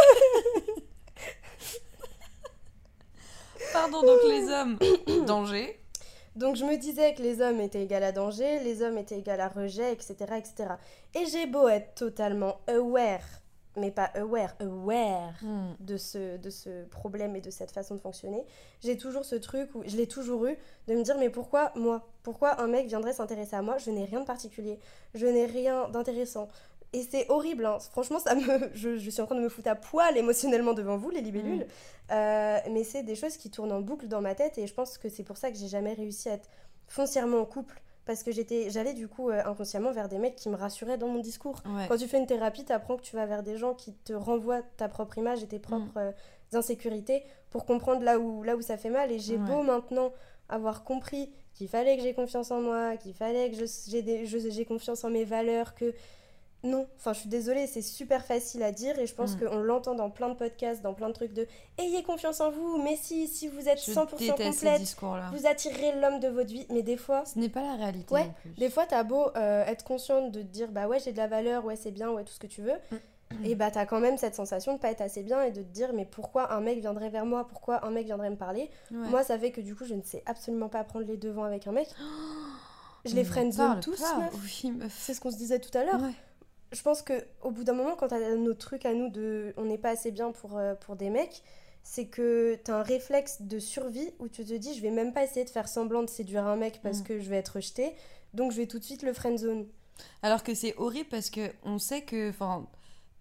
Pardon, donc les hommes danger. Donc je me disais que les hommes étaient égal à danger, les hommes étaient égal à rejet, etc., etc. Et j'ai beau être totalement aware, mais pas aware de ce problème et de cette façon de fonctionner, j'ai toujours ce truc, où je l'ai toujours eu, de me dire mais pourquoi moi ? Pourquoi un mec viendrait s'intéresser à moi ? Je n'ai rien de particulier, je n'ai rien d'intéressant. Et c'est horrible, hein. Franchement, je suis en train de me foutre à poil émotionnellement devant vous, les libellules. Mais c'est des choses qui tournent en boucle dans ma tête et je pense que c'est pour ça que j'ai jamais réussi à être foncièrement en couple. Parce que j'allais du coup inconsciemment vers des mecs qui me rassuraient dans mon discours. Ouais. Quand tu fais une thérapie, tu apprends que tu vas vers des gens qui te renvoient ta propre image et tes propres insécurités pour comprendre là où ça fait mal. Et j'ai beau maintenant avoir compris qu'il fallait que j'ai confiance en moi, qu'il fallait que j'ai confiance en mes valeurs, que... Non, enfin je suis désolée, c'est super facile à dire et je pense qu'on l'entend dans plein de podcasts, dans plein de trucs de « Ayez confiance en vous, mais si vous êtes 100% complète, vous attirerez l'homme de votre vie. » Mais des fois... Ce n'est pas la réalité ouais, non plus. Des fois t'as beau être consciente de te dire « Bah ouais, j'ai de la valeur, ouais c'est bien, ouais tout ce que tu veux. » Et bah t'as quand même cette sensation de pas être assez bien et de te dire « Mais pourquoi un mec viendrait vers moi ? Pourquoi un mec viendrait me parler ?» Moi ça fait que du coup je ne sais absolument pas prendre les devants avec un mec. Je les friendzone tous, meuf. Oui, meuf. C'est ce qu'on se disait tout à l'heure. Ouais. Je pense qu'au bout d'un moment, quand t'as nos trucs à nous de on n'est pas assez bien pour des mecs, c'est que t'as un réflexe de survie où tu te dis je vais même pas essayer de faire semblant de séduire un mec parce que je vais être rejetée, donc je vais tout de suite le friendzone. Alors que c'est horrible parce qu'on sait que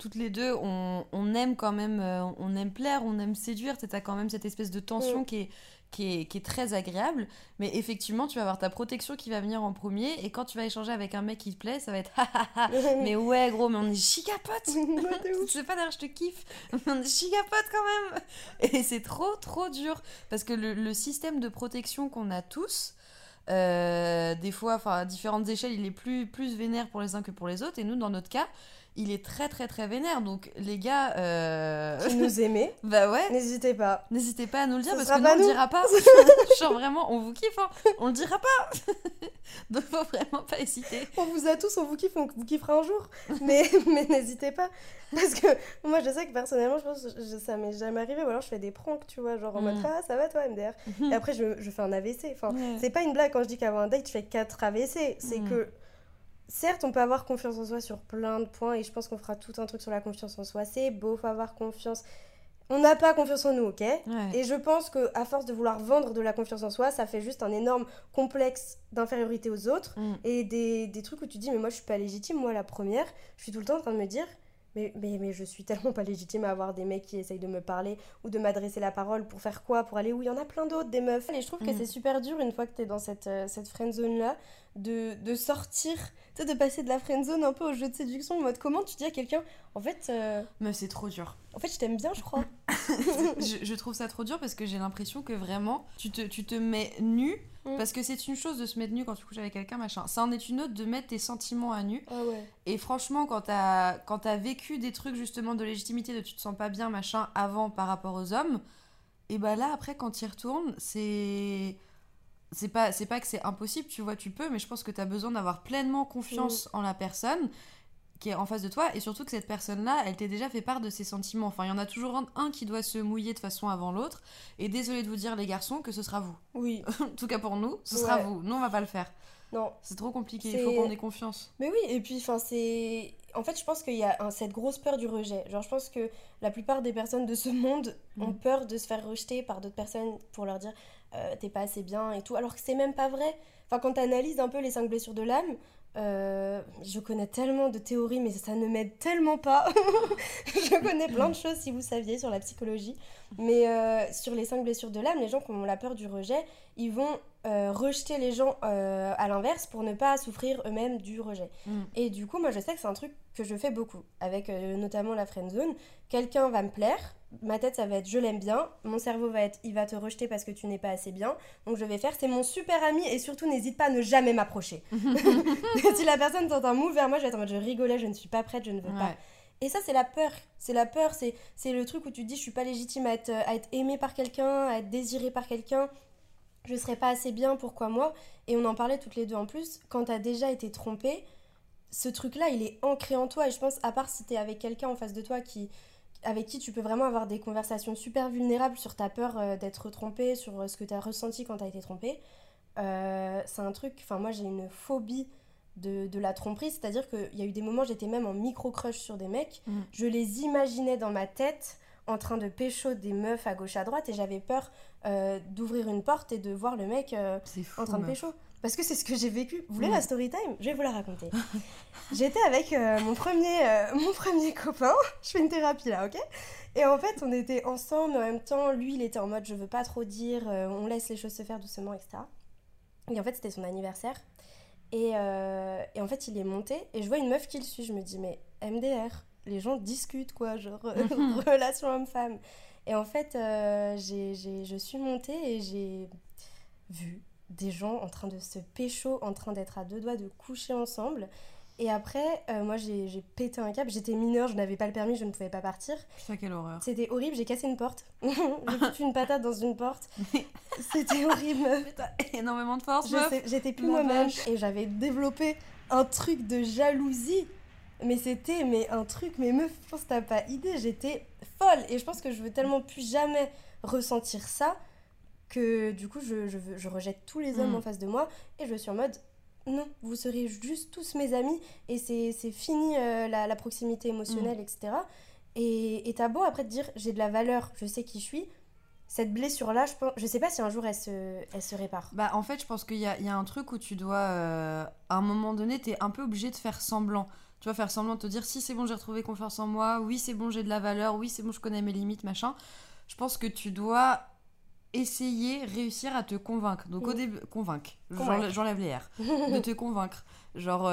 toutes les deux, on aime quand même, on aime plaire, on aime séduire. T'as quand même cette espèce de tension qui est très agréable. Mais effectivement, tu vas avoir ta protection qui va venir en premier. Et quand tu vas échanger avec un mec qui te plaît, ça va être mais ouais, gros, mais on est giga potes. Tu sais pas, d'ailleurs, je te kiffe. Mais on est giga potes quand même. Et c'est trop, trop dur. Parce que le système de protection qu'on a tous, des fois, enfin, à différentes échelles, il est plus vénère pour les uns que pour les autres. Et nous, dans notre cas, il est très très très vénère. Donc les gars qui nous aimez, bah ouais, n'hésitez pas à nous le dire, parce sera que pas nous on nous. le dira pas. Genre vraiment, on vous kiffe, hein. On le dira pas. Donc faut vraiment pas hésiter. On vous a tous, on vous kiffe, on vous kiffera un jour. Mais n'hésitez pas. Parce que moi, je sais que personnellement, je pense que ça m'est jamais arrivé. Ou alors, je fais des pranks, tu vois, genre en mode ah, ça va toi, MDR. Et après, je fais un AVC. Enfin, c'est pas une blague quand je dis qu'avant un date, je fais 4 AVC. C'est que, certes, on peut avoir confiance en soi sur plein de points. Et je pense qu'on fera tout un truc sur la confiance en soi. C'est beau, faut avoir confiance. On n'a pas confiance en nous, ok ? Et je pense qu'à force de vouloir vendre de la confiance en soi, ça fait juste un énorme complexe d'infériorité aux autres. Et des trucs où tu dis, mais moi, je suis pas légitime. Moi, la première, je suis tout le temps en train de me dire... Mais je suis tellement pas légitime à avoir des mecs qui essayent de me parler ou de m'adresser la parole pour faire quoi ? Pour aller où il y en a plein d'autres, des meufs. Et je trouve que c'est super dur une fois que t'es dans cette friendzone-là de sortir, tu sais, de passer de la friendzone un peu au jeu de séduction en mode comment tu dis à quelqu'un, en fait... Mais c'est trop dur. En fait, je t'aime bien, je crois. je trouve ça trop dur parce que j'ai l'impression que vraiment, tu te mets nu. Parce que c'est une chose de se mettre nu quand tu couches avec quelqu'un, machin. Ça en est une autre de mettre tes sentiments à nu. Ah ouais. Et franchement, quand t'as vécu des trucs justement de légitimité, de tu te sens pas bien, machin, avant par rapport aux hommes, et bah là, après, quand tu y retournes, c'est pas que c'est impossible, tu vois, tu peux, mais je pense que t'as besoin d'avoir pleinement confiance en la personne qui est en face de toi, et surtout que cette personne-là, elle t'ait déjà fait part de ses sentiments. Enfin, il y en a toujours un qui doit se mouiller de façon avant l'autre, et désolé de vous dire, les garçons, que ce sera vous. Oui. En tout cas pour nous, ce sera vous. Nous, on va pas le faire. Non. C'est trop compliqué, il faut qu'on ait confiance. Mais oui, et puis, enfin, c'est... En fait, je pense qu'il y a cette grosse peur du rejet. Genre, je pense que la plupart des personnes de ce monde ont peur de se faire rejeter par d'autres personnes pour leur dire t'es pas assez bien et tout, alors que c'est même pas vrai. Enfin, quand t'analyses un peu les 5 blessures de l'âme, je connais tellement de théories, mais ça ne m'aide tellement pas. Je connais plein de choses, si vous saviez, sur la psychologie. Mais sur les 5 blessures de l'âme, les gens qui ont la peur du rejet, ils vont rejeter les gens à l'inverse pour ne pas souffrir eux-mêmes du rejet. Et du coup, moi, je sais que c'est un truc que je fais beaucoup, avec notamment la friendzone. Quelqu'un va me plaire, ma tête, ça va être je l'aime bien, mon cerveau va être il va te rejeter parce que tu n'es pas assez bien, donc je vais faire c'est mon super ami, et surtout n'hésite pas à ne jamais m'approcher. Si la personne tente un move vers moi, je vais être en mode je rigolais, je ne suis pas prête, je ne veux pas. Et ça, c'est la peur. C'est la peur, c'est le truc où tu te dis je suis pas légitime à être aimée par quelqu'un, à être désirée par quelqu'un, je serais pas assez bien, pourquoi moi ? Et on en parlait toutes les deux en plus, quand t'as déjà été trompée, ce truc-là, il est ancré en toi, et je pense, à part si t'es avec quelqu'un en face de toi avec qui tu peux vraiment avoir des conversations super vulnérables sur ta peur d'être trompée, sur ce que t'as ressenti quand t'as été trompée, c'est un truc... Enfin, moi, j'ai une phobie de la tromperie, c'est-à-dire qu'il y a eu des moments, j'étais même en micro-crush sur des mecs, je les imaginais dans ma tête en train de pécho des meufs à gauche à droite, et j'avais peur d'ouvrir une porte et de voir le mec en train de pécho. Parce que c'est ce que j'ai vécu. Vous voulez la story time ? Je vais vous la raconter. J'étais avec mon premier copain. Je fais une thérapie là, ok ? Et en fait, on était ensemble, mais en même temps, lui, il était en mode je veux pas trop dire, on laisse les choses se faire doucement, etc. Et en fait, c'était son anniversaire. Et en fait, il est monté et je vois une meuf qui le suit. Je me dis, mais MDR, les gens discutent, quoi, genre relation homme-femme. Et en fait, je suis montée et j'ai vu des gens en train de se pécho, en train d'être à 2 doigts de coucher ensemble. Et après, moi, j'ai pété un câble. J'étais mineure, je n'avais pas le permis, je ne pouvais pas partir. Putain, quelle horreur. C'était horrible, j'ai cassé une porte. J'ai foutu une patate dans une porte. C'était horrible. Mais t'as énormément de force, j'étais plus moi-même. Et j'avais développé un truc de jalousie. Mais c'était un truc, mais meuf, je pense que t'as pas idée. J'étais folle. Et je pense que je veux tellement plus jamais ressentir ça que du coup, je rejette tous les hommes en face de moi. Et je suis en mode... Non, vous serez juste tous mes amis et c'est fini la proximité émotionnelle, etc. Et t'as beau après te dire j'ai de la valeur, je sais qui je suis, cette blessure-là, je sais pas si un jour elle se répare. Bah en fait, je pense qu'il y a un truc où tu dois, à un moment donné, t'es un peu obligé de faire semblant. tu vas faire semblant de te dire si c'est bon, j'ai retrouvé confiance en moi, oui c'est bon, j'ai de la valeur, oui c'est bon, je connais mes limites, machin. Je pense que tu dois réussir à te convaincre. Donc au début, j'enlève les R. De te convaincre. Genre,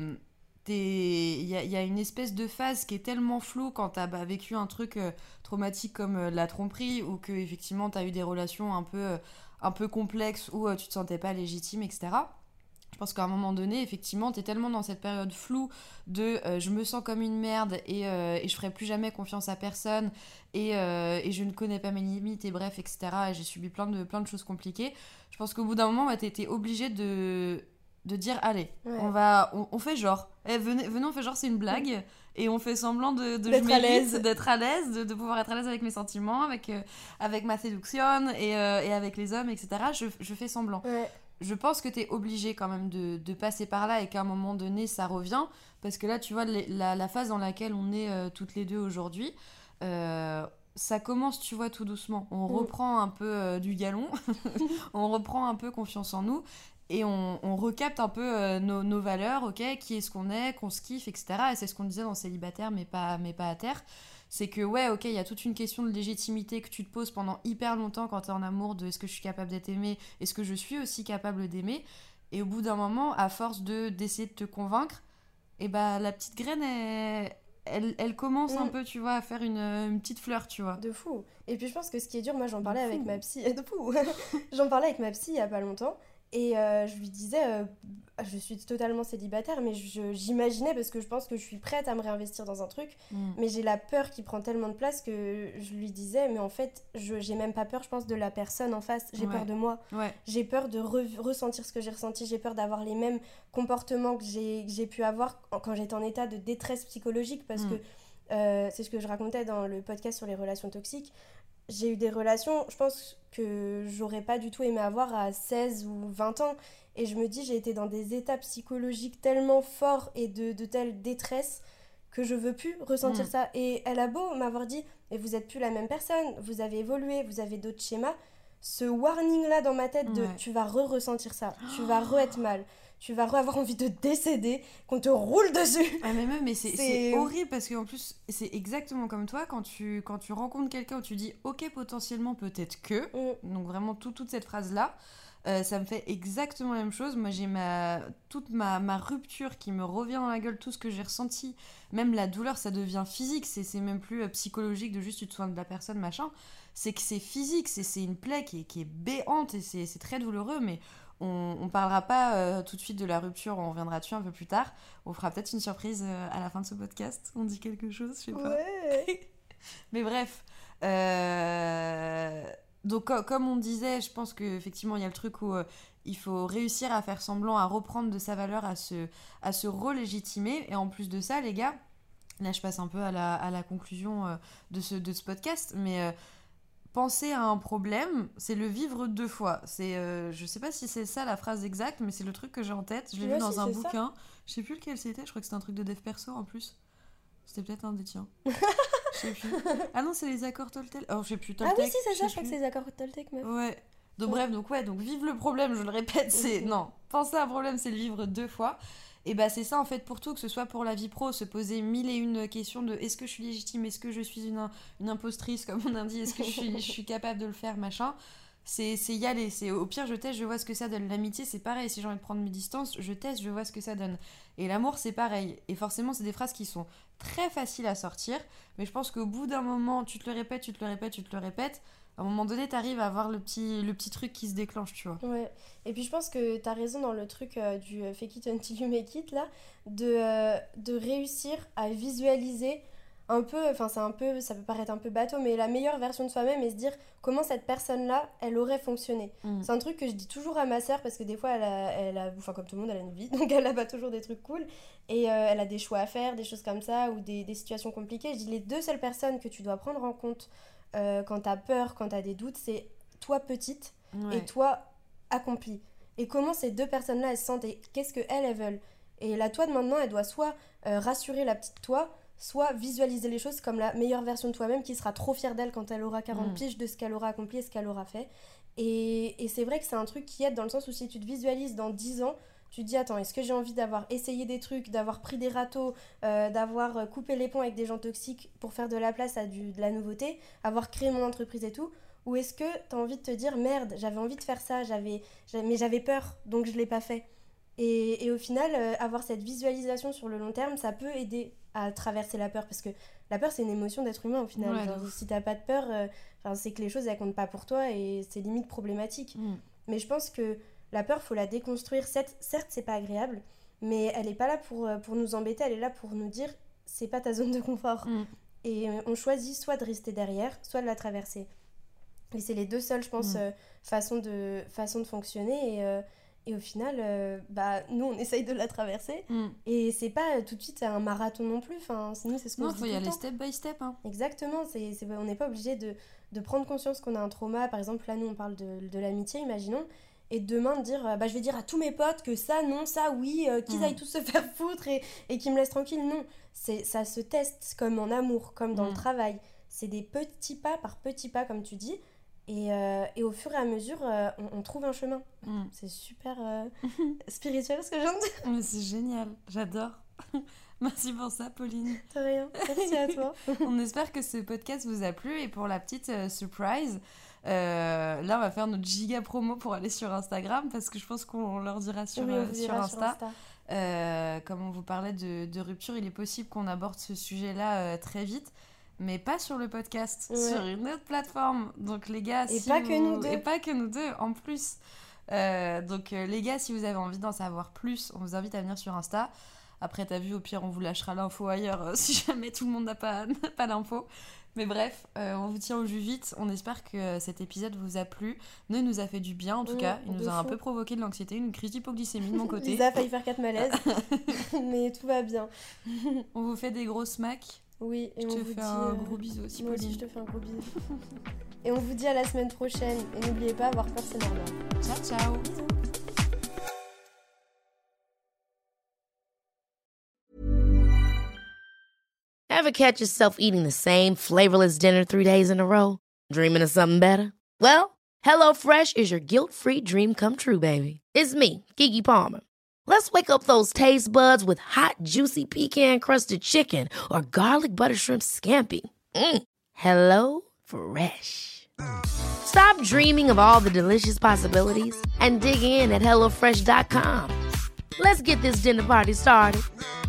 il y a une espèce de phase qui est tellement floue quand t'as vécu un truc traumatique comme la tromperie, ou que effectivement t'as eu des relations un peu complexes où tu te sentais pas légitime, etc. Je pense qu'à un moment donné, effectivement, t'es tellement dans cette période floue de je me sens comme une merde et je ferai plus jamais confiance à personne et je ne connais pas mes limites et bref, etc. Et j'ai subi plein de choses compliquées. Je pense qu'au bout d'un moment, t'es obligé de dire allez, on fait genre. Venez, on fait genre c'est une blague et on fait semblant d'être à l'aise, de pouvoir être à l'aise avec mes sentiments, avec ma séduction et avec les hommes, etc. Je fais semblant. Ouais. Je pense que t'es obligé quand même de passer par là et qu'à un moment donné ça revient, parce que là tu vois la phase dans laquelle on est toutes les deux aujourd'hui, ça commence, tu vois, tout doucement. On reprend un peu du galon, on reprend un peu confiance en nous et on recapte un peu nos valeurs, ok, qui est-ce qu'on se kiffe, etc. Et c'est ce qu'on disait dans Célibataire mais pas à terre. C'est que ouais, ok, il y a toute une question de légitimité que tu te poses pendant hyper longtemps quand t'es en amour, de est-ce que je suis capable d'être aimée, est-ce que je suis aussi capable d'aimer, et au bout d'un moment, à force d'essayer de te convaincre, et la petite graine, elle commence un peu, tu vois, à faire une petite fleur, tu vois. De fou. Et puis je pense que ce qui est dur, moi j'en parlais avec ma psy, de fou. J'en parlais avec ma psy il y a pas longtemps. Et je lui disais, je suis totalement célibataire, mais j'imaginais, parce que je pense que je suis prête à me réinvestir dans un truc, mais j'ai la peur qui prend tellement de place que je lui disais, mais en fait, j'ai même pas peur, je pense, de la personne en face, j'ai peur de moi. Ouais. J'ai peur de ressentir ce que j'ai ressenti, j'ai peur d'avoir les mêmes comportements que j'ai pu avoir quand j'étais en état de détresse psychologique, parce que c'est ce que je racontais dans le podcast sur les relations toxiques. J'ai eu des relations, je pense que j'aurais pas du tout aimé avoir à 16 ou 20 ans. Et je me dis, j'ai été dans des états psychologiques tellement forts et de telle détresse que je veux plus ressentir ça. Et elle a beau m'avoir dit, mais vous êtes plus la même personne, vous avez évolué, vous avez d'autres schémas. Ce warning-là dans ma tête de tu vas ressentir ça, tu vas être mal, tu vas avoir envie de décéder, qu'on te roule dessus. Ah mais c'est horrible, parce qu'en plus, c'est exactement comme toi, quand tu rencontres quelqu'un où tu dis ok, potentiellement peut-être que, donc vraiment toute cette phrase-là, ça me fait exactement la même chose. Moi j'ai toute ma rupture qui me revient dans la gueule, tout ce que j'ai ressenti, même la douleur, ça devient physique, c'est même plus psychologique de juste tu te soignes de la personne, machin, c'est que c'est physique, c'est une plaie qui est béante et c'est très douloureux, mais on parlera pas tout de suite de la rupture, on reviendra dessus un peu plus tard, on fera peut-être une surprise à la fin de ce podcast, on dit quelque chose, je sais pas. Ouais. Mais bref, donc comme on disait, je pense qu'effectivement il y a le truc où il faut réussir à faire semblant, à reprendre de sa valeur, à se relégitimer, et en plus de ça, les gars, là je passe un peu à la conclusion de ce podcast, mais penser à un problème, c'est le vivre 2 fois. C'est, je sais pas si c'est ça la phrase exacte, mais c'est le truc que j'ai en tête. Je l'ai vu dans un bouquin. Ça. Je sais plus lequel c'était. Je crois que c'était un truc de dev perso en plus. C'était peut-être un des tiens. Je sais plus. Ah non, c'est les accords Toltec. Oh, je sais plus. Toltec. Ah oui, si, c'est ça. Je crois que c'est les accords Toltec, meuf. Ouais. Donc bref, donc vivre le problème, je le répète, c'est... Non, penser à un problème, c'est le vivre 2 fois. Et c'est ça en fait pour tout, que ce soit pour la vie pro, se poser 1001 questions de est-ce que je suis légitime, est-ce que je suis une impostrice, comme on a dit, est-ce que je suis capable de le faire, machin. C'est y aller, c'est au pire je teste, je vois ce que ça donne. L'amitié c'est pareil, si j'ai envie de prendre mes distances, je teste, je vois ce que ça donne. Et l'amour c'est pareil, et forcément c'est des phrases qui sont très faciles à sortir, mais je pense qu'au bout d'un moment, tu te le répètes, à un moment donné, t'arrives à avoir le petit truc qui se déclenche, tu vois. Ouais. Et puis je pense que t'as raison dans le truc du fake it until you make it, là, de réussir à visualiser un peu, enfin ça peut paraître un peu bateau, mais la meilleure version de soi-même, et se dire comment cette personne-là, elle aurait fonctionné. C'est un truc que je dis toujours à ma sœur, parce que des fois, elle a, enfin comme tout le monde, elle a une vie, donc elle a pas toujours des trucs cool, et elle a des choix à faire, des choses comme ça, ou des situations compliquées. Je dis, les 2 seules personnes que tu dois prendre en compte quand t'as peur, quand t'as des doutes, c'est toi petite et toi accomplie. Et comment ces 2 personnes-là, elles se sentent, et qu'est-ce qu'elles veulent. Et la toi de maintenant, elle doit soit rassurer la petite toi, soit visualiser les choses comme la meilleure version de toi-même, qui sera trop fière d'elle quand elle aura 40 piges, de ce qu'elle aura accompli et ce qu'elle aura fait. Et c'est vrai que c'est un truc qui aide, dans le sens où si tu te visualises dans 10 ans, tu te dis attends, est-ce que j'ai envie d'avoir essayé des trucs, d'avoir pris des râteaux, d'avoir coupé les ponts avec des gens toxiques pour faire de la place à de la nouveauté, avoir créé mon entreprise et tout, ou est-ce que t'as envie de te dire merde, j'avais envie de faire ça, mais j'avais peur, donc je l'ai pas fait. Et au final, avoir cette visualisation sur le long terme, ça peut aider à traverser la peur, parce que la peur, c'est une émotion d'être humain au final. Ouais, genre, si t'as pas de peur, c'est que les choses, elles comptent pas pour toi et c'est limite problématique. Mais je pense que la peur, faut la déconstruire. Certes, c'est pas agréable, mais elle est pas là pour nous embêter, elle est là pour nous dire, c'est pas ta zone de confort. Et on choisit soit de rester derrière, soit de la traverser. Et c'est les deux seules, je pense, façons de fonctionner. Et au final, nous, on essaye de la traverser. Et c'est pas tout de suite un marathon non plus. Enfin, sinon, c'est ce qu'on se dit tout le temps. Non, il faut y aller step by step. Hein. Exactement. On n'est pas obligé de prendre conscience qu'on a un trauma. Par exemple, là, nous, on parle de l'amitié, imaginons. Et demain, de dire, je vais dire à tous mes potes que ça, non, ça, oui, qu'ils aillent tous se faire foutre et qu'ils me laissent tranquille. Non, ça se teste comme en amour, comme dans le travail. C'est des petits pas par petits pas, comme tu dis. Et au fur et à mesure, on trouve un chemin. C'est super spirituel ce que je viens de dire. Mais c'est génial, j'adore. Merci pour ça, Pauline. De rien, merci à toi. On espère que ce podcast vous a plu. Et pour la petite surprise, là, on va faire notre giga promo pour aller sur Instagram, parce que je pense qu'on leur dira sur Insta. Comme on vous parlait de rupture, il est possible qu'on aborde ce sujet-là très vite. Mais pas sur le podcast, sur une autre plateforme. Donc les gars, Et pas que nous deux, en plus. Donc les gars, si vous avez envie d'en savoir plus, on vous invite à venir sur Insta. Après, t'as vu, au pire, on vous lâchera l'info ailleurs si jamais tout le monde n'a pas l'info. Mais bref, on vous tient au jus vite. On espère que cet épisode vous a plu. Il nous a fait du bien, en tout cas. Il nous a un peu provoqué de l'anxiété, une crise d'hypoglycémie de mon côté. Lisa a failli faire 4 malaises, mais tout va bien. On vous fait des gros smacks. Oui, et je te fais un gros bisou aussi, moi Pauline. aussi, je te fais un gros bisou. Et on vous dit à la semaine prochaine. Et n'oubliez pas, avoir peur, c'est normal. Ciao, ciao. Bisous. Ever catch yourself eating the same flavorless dinner 3 days in a row? Dreaming of something better? Well, HelloFresh is your guilt-free dream come true, baby. It's me, Keke Palmer. Let's wake up those taste buds with hot, juicy pecan-crusted chicken or garlic butter shrimp scampi. Hello Fresh. Stop dreaming of all the delicious possibilities and dig in at HelloFresh.com. Let's get this dinner party started.